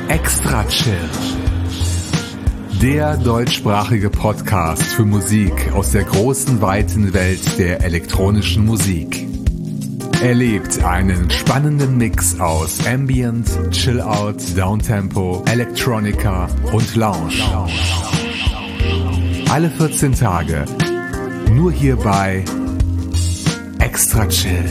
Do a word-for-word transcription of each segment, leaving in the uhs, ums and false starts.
Extra Chill. Der deutschsprachige Podcast für Musik aus der großen, weiten Welt der elektronischen Musik. Erlebt einen spannenden Mix aus Ambient, Chill-Out, Downtempo, Electronica und Lounge. Alle vierzehn Tage. Nur hier bei Extra Chill.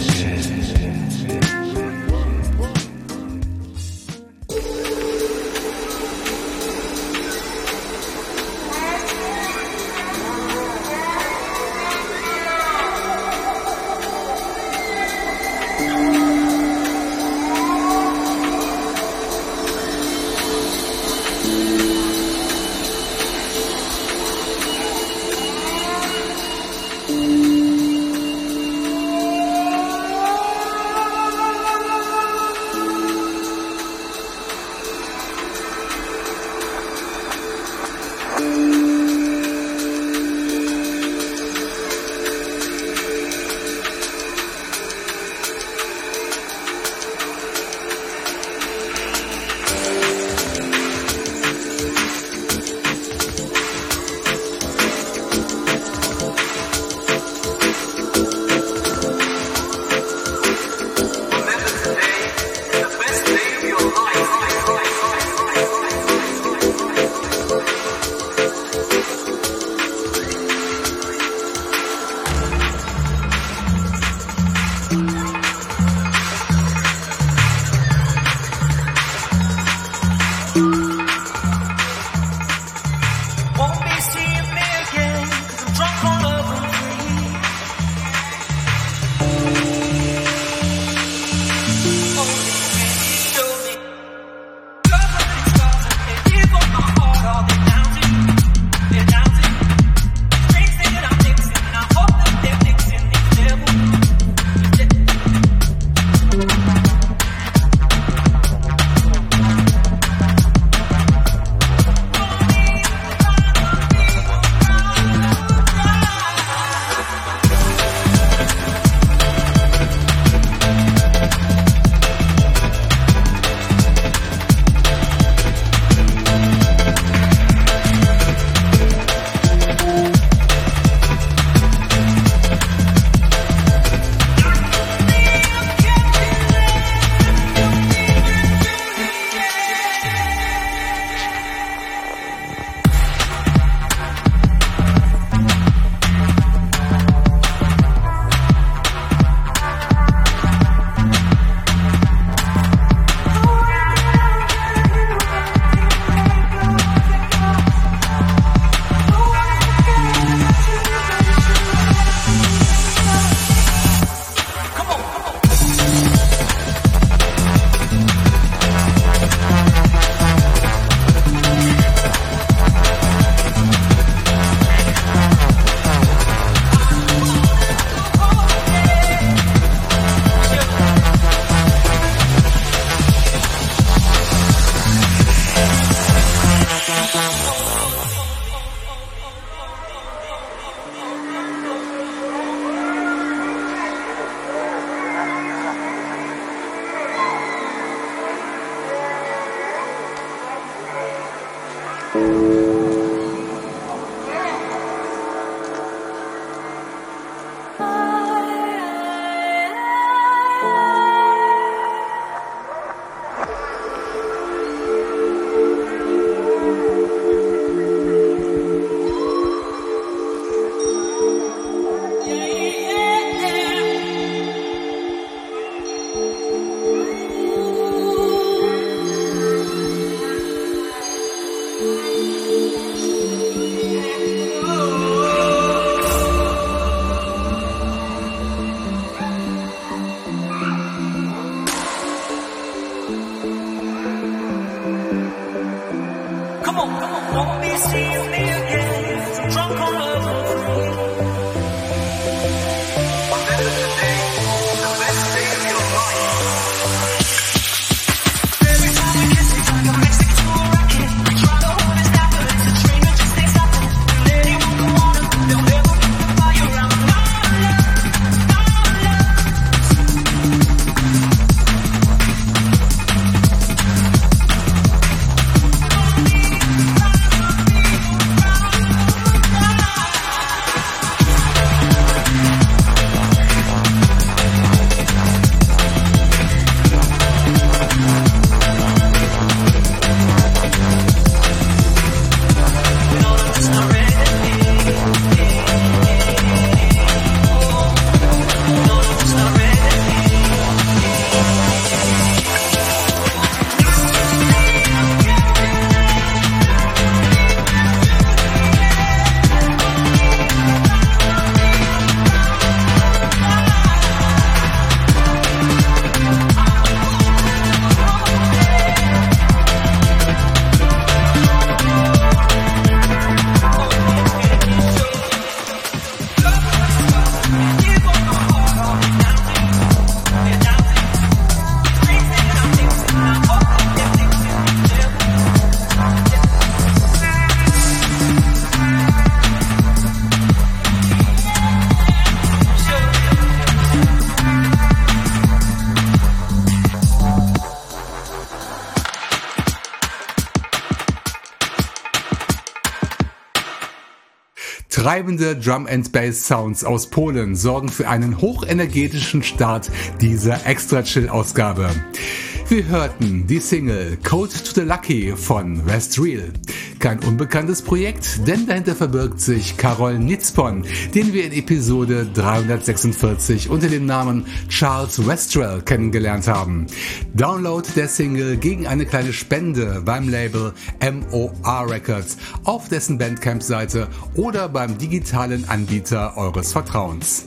Treibende Drum-and-Bass-Sounds aus Polen sorgen für einen hochenergetischen Start dieser Extra-Chill-Ausgabe. Wir hörten die Single Code to the Lucky von West Real. Kein unbekanntes Projekt, denn dahinter verbirgt sich Karol Nitzpon, den wir in Episode dreihundertsechsundvierzig unter dem Namen Charles Westrel kennengelernt haben. Download der Single gegen eine kleine Spende beim Label M O R Records auf dessen Bandcamp-Seite oder beim digitalen Anbieter eures Vertrauens.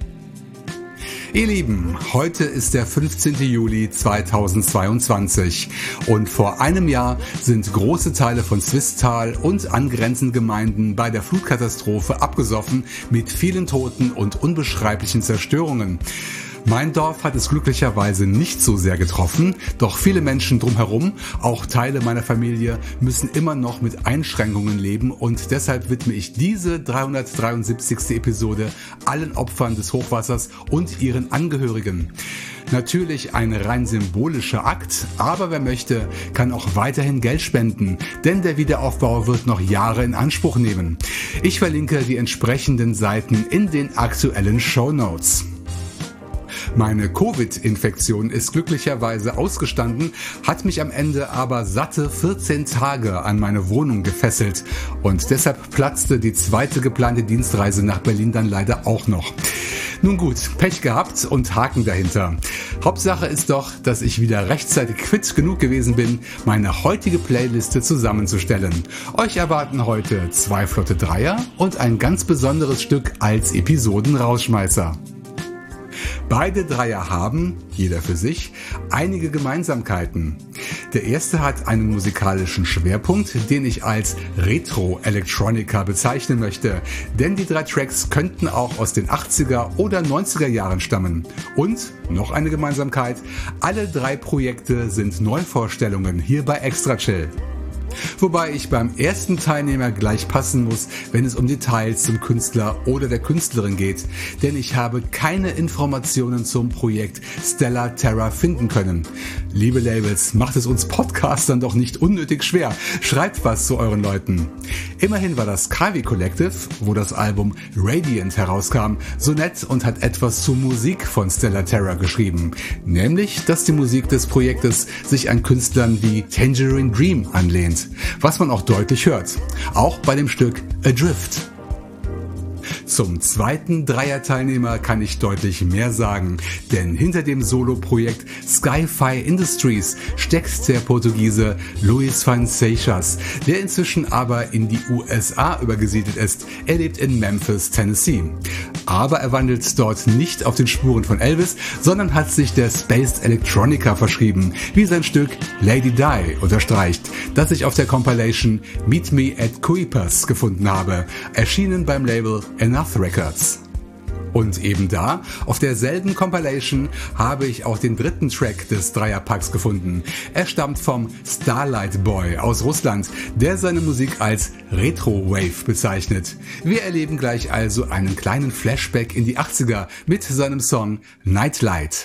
Ihr Lieben, heute ist der fünfzehnten Juli zweitausendzweiundzwanzig und vor einem Jahr sind große Teile von Swisttal und angrenzenden Gemeinden bei der Flutkatastrophe abgesoffen mit vielen Toten und unbeschreiblichen Zerstörungen. Mein Dorf hat es glücklicherweise nicht so sehr getroffen, doch viele Menschen drumherum, auch Teile meiner Familie, müssen immer noch mit Einschränkungen leben und deshalb widme ich diese dreihundertdreiundsiebzigste Episode allen Opfern des Hochwassers und ihren Angehörigen. Natürlich ein rein symbolischer Akt, aber wer möchte, kann auch weiterhin Geld spenden, denn der Wiederaufbau wird noch Jahre in Anspruch nehmen. Ich verlinke die entsprechenden Seiten in den aktuellen Shownotes. Meine Covid-Infektion ist glücklicherweise ausgestanden, hat mich am Ende aber satte vierzehn Tage an meine Wohnung gefesselt und deshalb platzte die zweite geplante Dienstreise nach Berlin dann leider auch noch. Nun gut, Pech gehabt und Haken dahinter. Hauptsache ist doch, dass ich wieder rechtzeitig fit genug gewesen bin, meine heutige Playliste zusammenzustellen. Euch erwarten heute zwei flotte Dreier und ein ganz besonderes Stück als Episoden-Rausschmeißer. Beide Dreier haben, jeder für sich, einige Gemeinsamkeiten. Der erste hat einen musikalischen Schwerpunkt, den ich als Retro-Electronica bezeichnen möchte, denn die drei Tracks könnten auch aus den achtziger oder neunziger Jahren stammen. Und, noch eine Gemeinsamkeit, alle drei Projekte sind Neuvorstellungen hier bei Extra Chill. Wobei ich beim ersten Teilnehmer gleich passen muss, wenn es um Details zum Künstler oder der Künstlerin geht, denn ich habe keine Informationen zum Projekt Stellar Terra finden können. Liebe Labels, macht es uns Podcastern doch nicht unnötig schwer. Schreibt was zu euren Leuten. Immerhin war das Kavi Collective, wo das Album Radiant herauskam, so nett und hat etwas zur Musik von Stellar Terra geschrieben. Nämlich, dass die Musik des Projektes sich an Künstlern wie Tangerine Dream anlehnt. Was man auch deutlich hört. Auch bei dem Stück Adrift. Zum zweiten Dreier-Teilnehmer kann ich deutlich mehr sagen, denn hinter dem Solo-Projekt Sky-Fi Industries steckt der Portugiese Luis van Seixas, der inzwischen aber in die U S A übergesiedelt ist. Er lebt in Memphis, Tennessee. Aber er wandelt dort nicht auf den Spuren von Elvis, sondern hat sich der Spaced Electronica verschrieben, wie sein Stück Lady Di unterstreicht, das ich auf der Compilation Meet Me at Kuipas gefunden habe, erschienen beim Label Enough Records. Und eben da, auf derselben Compilation, habe ich auch den dritten Track des Dreierpacks gefunden. Er stammt vom Starlight Boy aus Russland, der seine Musik als Retro-Wave bezeichnet. Wir erleben gleich also einen kleinen Flashback in die achtziger mit seinem Song Nightlight.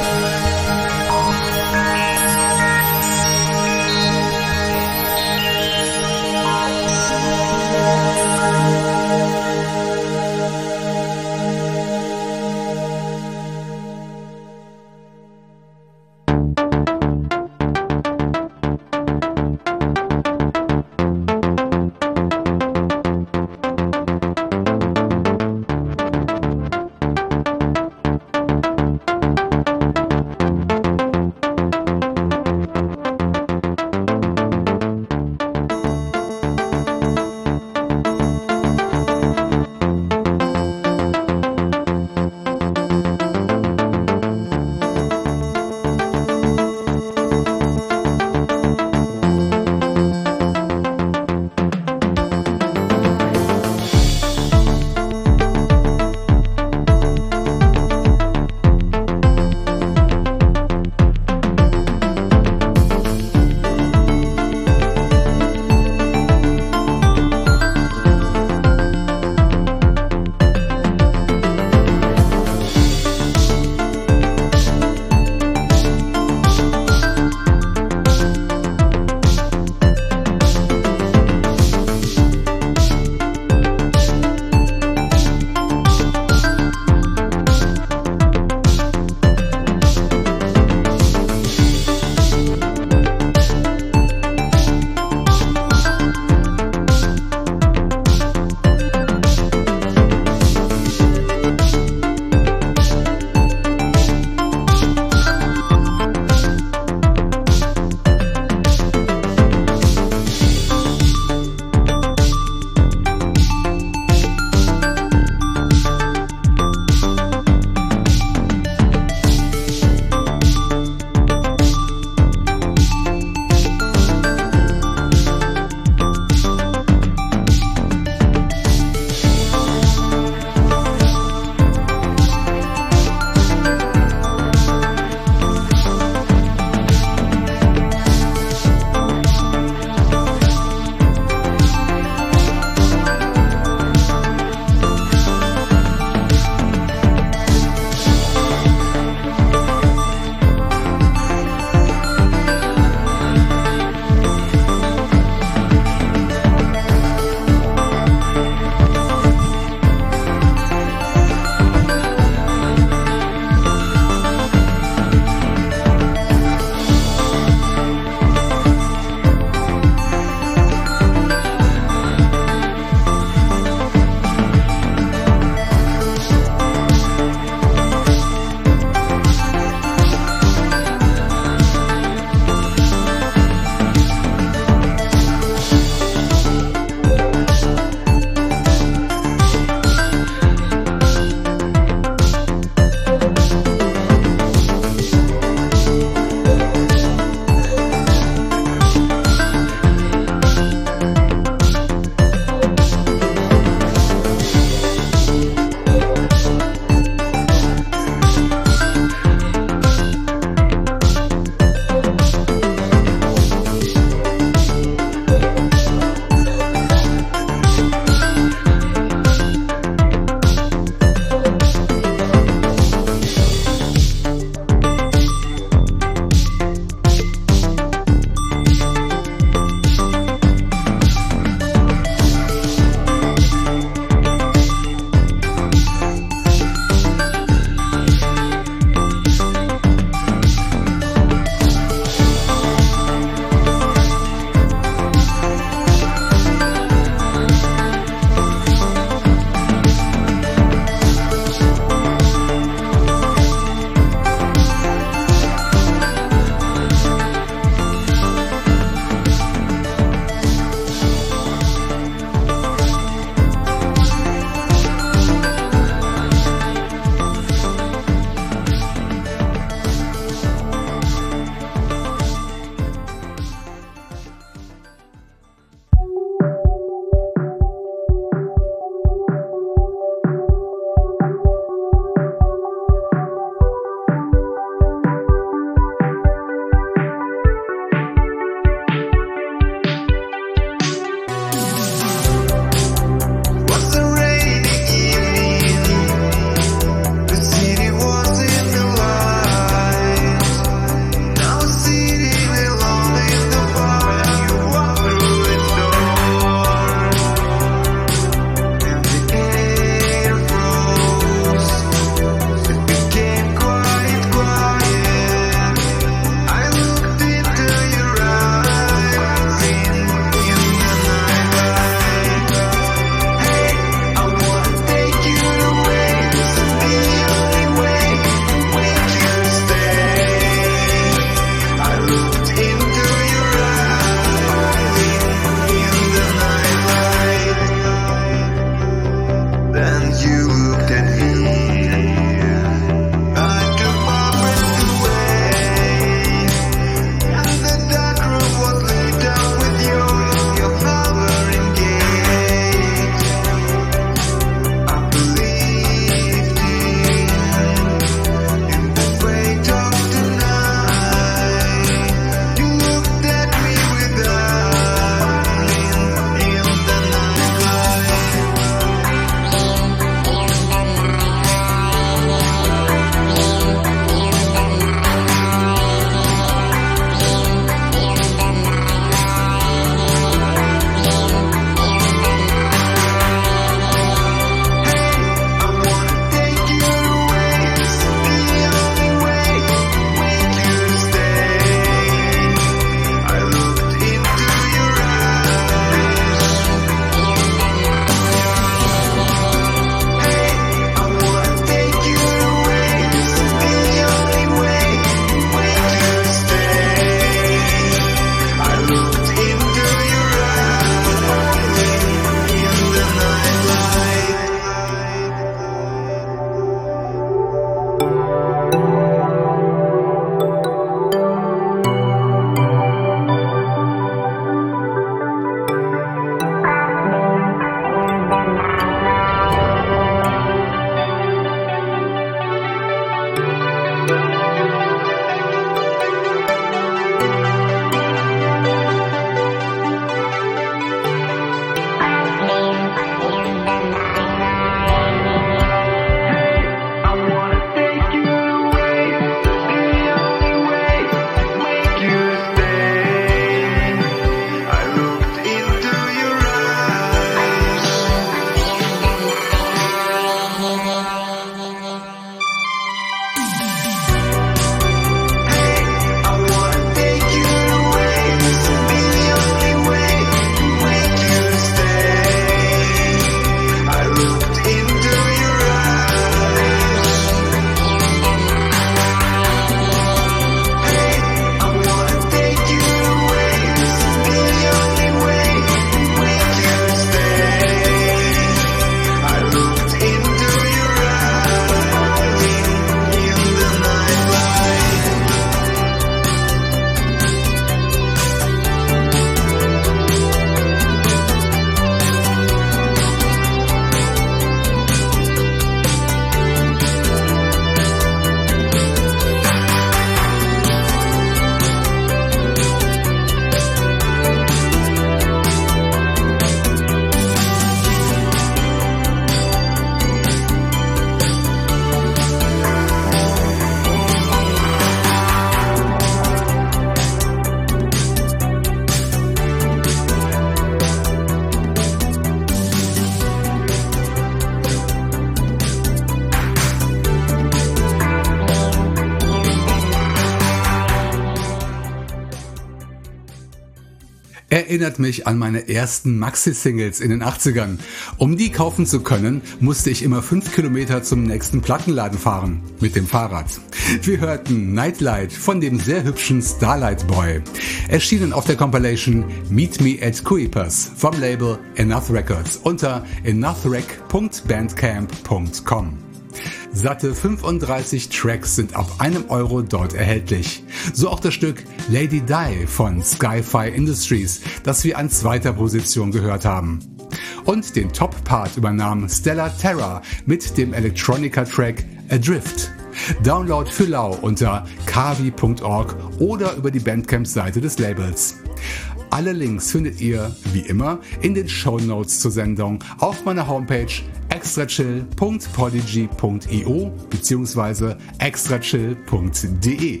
Erinnert mich an meine ersten Maxi-Singles in den achtzigern. Um die kaufen zu können, musste ich immer fünf Kilometer zum nächsten Plattenladen fahren. Mit dem Fahrrad. Wir hörten Nightlight von dem sehr hübschen Starlight Boy. Erschienen auf der Compilation Meet Me at Kuiper's vom Label Enough Records unter enoughrack punkt bandcamp punkt com. Satte fünfunddreißig Tracks sind ab einem Euro dort erhältlich. So auch das Stück Lady Di von Sky-Fi Industries, das wir an zweiter Position gehört haben. Und den Top-Part übernahm Stellar Terra mit dem Electronica-Track Adrift. Download für lau unter kavi punkt org oder über die Bandcamp-Seite des Labels. Alle Links findet ihr, wie immer, in den Shownotes zur Sendung auf meiner Homepage extrachill punkt podigy punkt io bzw. extrachill punkt de.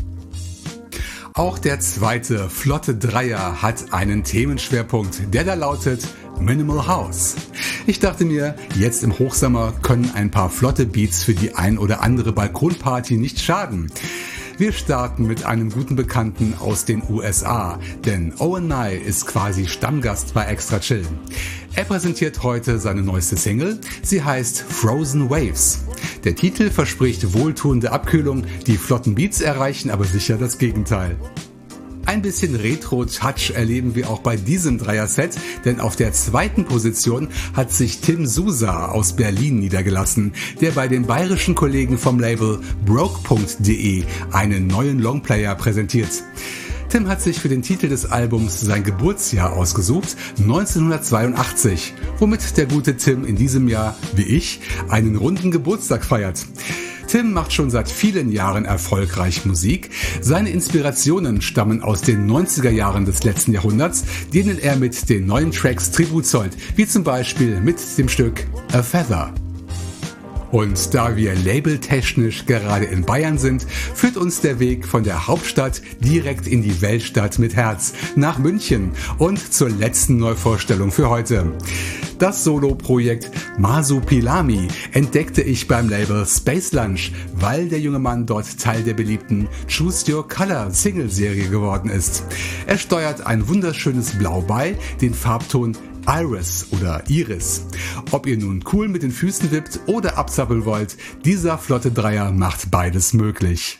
Auch der zweite flotte Dreier hat einen Themenschwerpunkt, der da lautet Minimal House. Ich dachte mir, jetzt im Hochsommer können ein paar flotte Beats für die ein oder andere Balkonparty nicht schaden. Wir starten mit einem guten Bekannten aus den U S A, denn Owen Nye ist quasi Stammgast bei Extra Chill. Er präsentiert heute seine neueste Single, sie heißt Frozen Waves. Der Titel verspricht wohltuende Abkühlung, die flotten Beats erreichen aber sicher das Gegenteil. Ein bisschen Retro-Touch erleben wir auch bei diesem Dreier-Set, denn auf der zweiten Position hat sich Tim Sousa aus Berlin niedergelassen, der bei den bayerischen Kollegen vom Label broke punkt de einen neuen Longplayer präsentiert. Tim hat sich für den Titel des Albums sein Geburtsjahr ausgesucht, neunzehnhundertzweiundachtzig, womit der gute Tim in diesem Jahr, wie ich, einen runden Geburtstag feiert. Tim macht schon seit vielen Jahren erfolgreich Musik. Seine Inspirationen stammen aus den neunziger Jahren des letzten Jahrhunderts, denen er mit den neuen Tracks Tribut zollt, wie zum Beispiel mit dem Stück A Feather. Und da wir labeltechnisch gerade in Bayern sind, führt uns der Weg von der Hauptstadt direkt in die Weltstadt mit Herz, nach München und zur letzten Neuvorstellung für heute. Das Solo-Projekt Masupilami entdeckte ich beim Label Space Lunch, weil der junge Mann dort Teil der beliebten Choose Your Color Single-Serie geworden ist. Er steuert ein wunderschönes Blau bei, den Farbton Iris oder Iris. Ob ihr nun cool mit den Füßen wippt oder abzappeln wollt, dieser flotte Dreier macht beides möglich.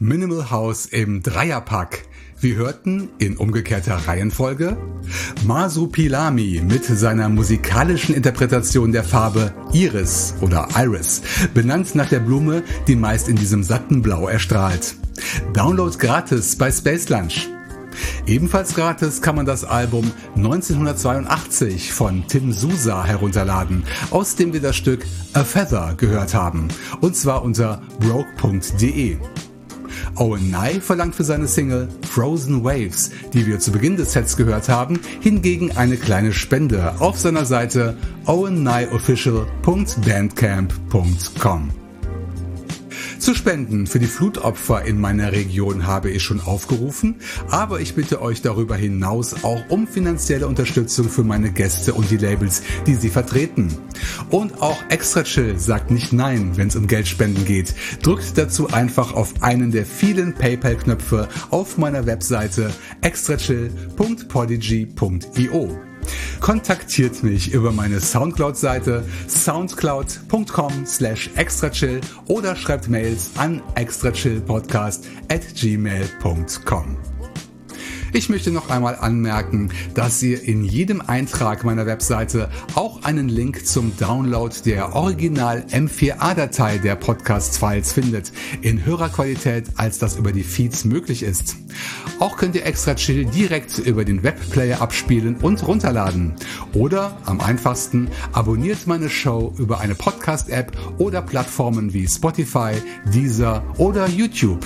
Minimal House im Dreierpack. Wir hörten in umgekehrter Reihenfolge Masupilami mit seiner musikalischen Interpretation der Farbe Iris oder Iris, benannt nach der Blume, die meist in diesem satten Blau erstrahlt. Download gratis bei Space Lunch. Ebenfalls gratis kann man das Album neunzehnhundertzweiundachtzig von Tim Sousa herunterladen, aus dem wir das Stück A Feather gehört haben, und zwar unter broke punkt de. Owen Nye verlangt für seine Single Frozen Waves, die wir zu Beginn des Sets gehört haben, hingegen eine kleine Spende auf seiner Seite owen nye official punkt bandcamp punkt com. Zu spenden für die Flutopfer in meiner Region habe ich schon aufgerufen, aber ich bitte euch darüber hinaus auch um finanzielle Unterstützung für meine Gäste und die Labels, die sie vertreten. Und auch Extra Chill sagt nicht nein, wenn es um Geldspenden geht. Drückt dazu einfach auf einen der vielen PayPal-Knöpfe auf meiner Webseite extrachill punkt podigy punkt io. Kontaktiert mich über meine Soundcloud-Seite soundcloud punkt com slash extrachill oder schreibt Mails an extrachillpodcast at gmail punkt com. Ich möchte noch einmal anmerken, dass ihr in jedem Eintrag meiner Webseite auch einen Link zum Download der Original M vier A Datei der Podcast-Files findet, in höherer Qualität, als das über die Feeds möglich ist. Auch könnt ihr Extra Chill direkt über den Webplayer abspielen und runterladen. Oder, am einfachsten, abonniert meine Show über eine Podcast-App oder Plattformen wie Spotify, Deezer oder YouTube.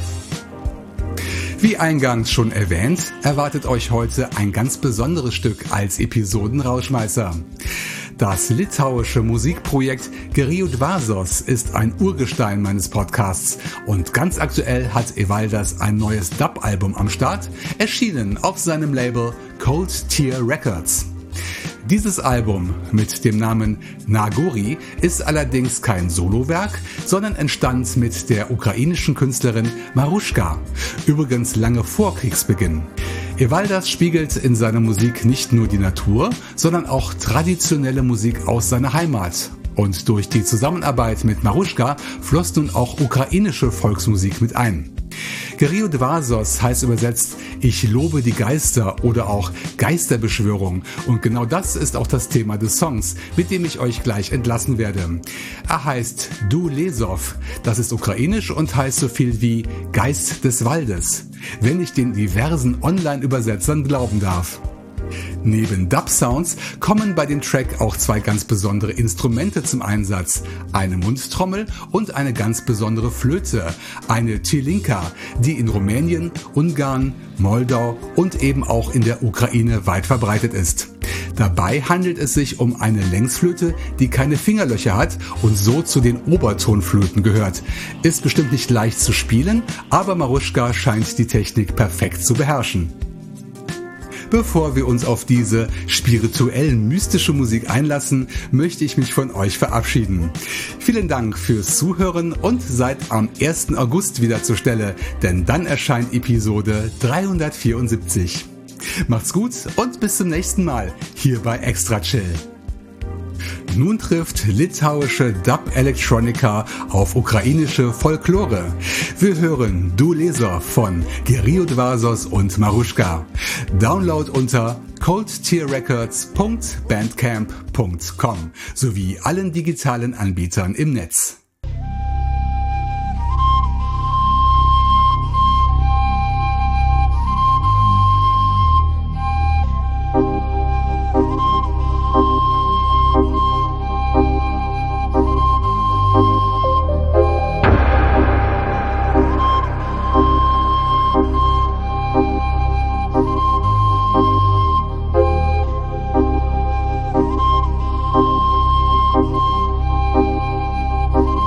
Wie eingangs schon erwähnt, erwartet euch heute ein ganz besonderes Stück als Episodenrauschmeißer. Das litauische Musikprojekt Gerio Dvasos ist ein Urgestein meines Podcasts und ganz aktuell hat Evaldas ein neues Dub-Album am Start, erschienen auf seinem Label Cold Tear Records. Dieses Album mit dem Namen Nagori ist allerdings kein Solowerk, sondern entstand mit der ukrainischen Künstlerin Maruschka, übrigens lange vor Kriegsbeginn. Evaldas spiegelt in seiner Musik nicht nur die Natur, sondern auch traditionelle Musik aus seiner Heimat. Und durch die Zusammenarbeit mit Maruschka floss nun auch ukrainische Volksmusik mit ein. Gerio Dvasos heißt übersetzt Ich lobe die Geister oder auch Geisterbeschwörung, und genau das ist auch das Thema des Songs, mit dem ich euch gleich entlassen werde. Er heißt Du Lesov, das ist ukrainisch und heißt so viel wie Geist des Waldes, wenn ich den diversen Online-Übersetzern glauben darf. Neben Dub-Sounds kommen bei dem Track auch zwei ganz besondere Instrumente zum Einsatz. Eine Mundtrommel und eine ganz besondere Flöte, eine Tilinka, die in Rumänien, Ungarn, Moldau und eben auch in der Ukraine weit verbreitet ist. Dabei handelt es sich um eine Längsflöte, die keine Fingerlöcher hat und so zu den Obertonflöten gehört. Ist bestimmt nicht leicht zu spielen, aber Maruschka scheint die Technik perfekt zu beherrschen. Bevor wir uns auf diese spirituell mystische Musik einlassen, möchte ich mich von euch verabschieden. Vielen Dank fürs Zuhören und seid am ersten August wieder zur Stelle, denn dann erscheint Episode dreihundertvierundsiebzig. Macht's gut und bis zum nächsten Mal hier bei Extra Chill. Nun trifft litauische Dub-Electronica auf ukrainische Folklore. Wir hören Du Leser von Gerio Dvasos und Maruschka. Download unter cold tear records punkt bandcamp punkt com sowie allen digitalen Anbietern im Netz. Thank you.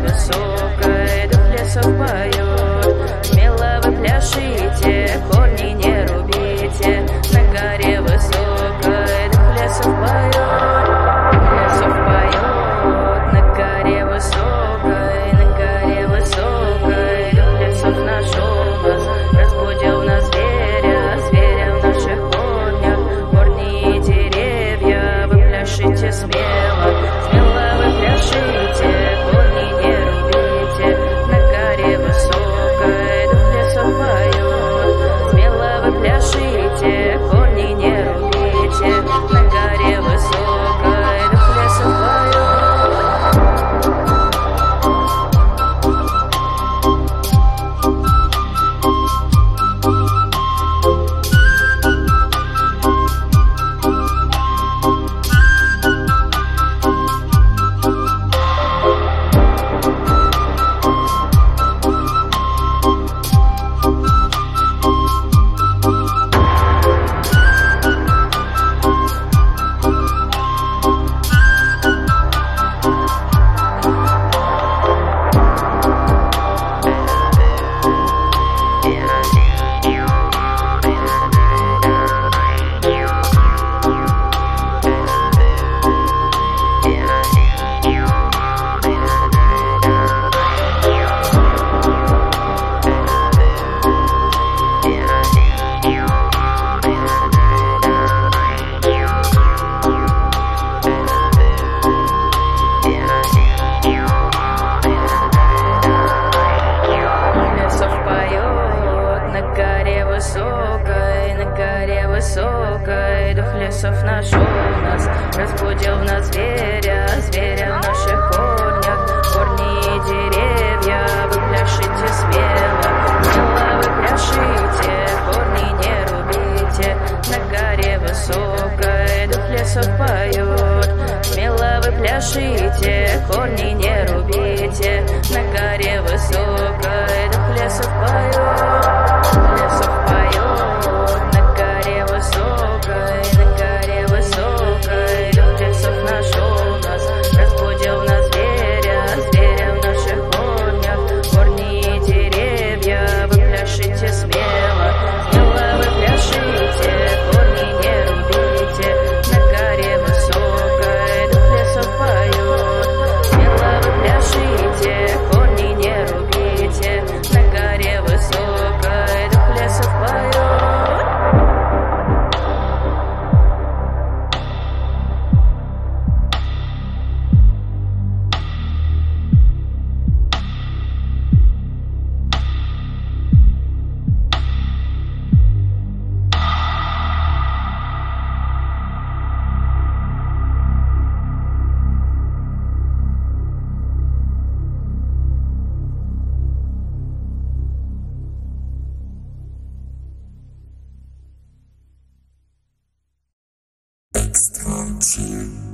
высокой дух лесов поет. Смело вы пляшите, корни не рубите, на горе высокой дух лесов поет. Лесов поет, на горе высокой, на горе высокой дух лесов нашел нас, разбудил нас зверя, зверя в наших корнях, корни и деревья, вы пляшите смело, смело вы пляшите, корни не рубите, на горе высокой дух лесов поет. Смело вы пляшите, корни не рубите, на горе высокой дух лесов поет. Высокой дух лесов нашел нас, разбудил в нас зверя, зверя в наших корнях, корни и деревья, вы пляшите смело, смело вы пляшите, корни не рубите, на горе высокой дух лесов поет. Смело вы пляшите, корни не рубите, на горе высокой дух лесов поет. Лесов поет, на горе высокой, на горе высокой дух лесов нашел нас, разбудил в нас зверя, зверя в наших корнях, корни и деревья, вы пляшите смело, смело вы пляшите, корни не рубите, на горе высокой дух лесов поет. Смело вы пляшите, корни не рубите, на горе высокой дух лесов поет. Extra chill.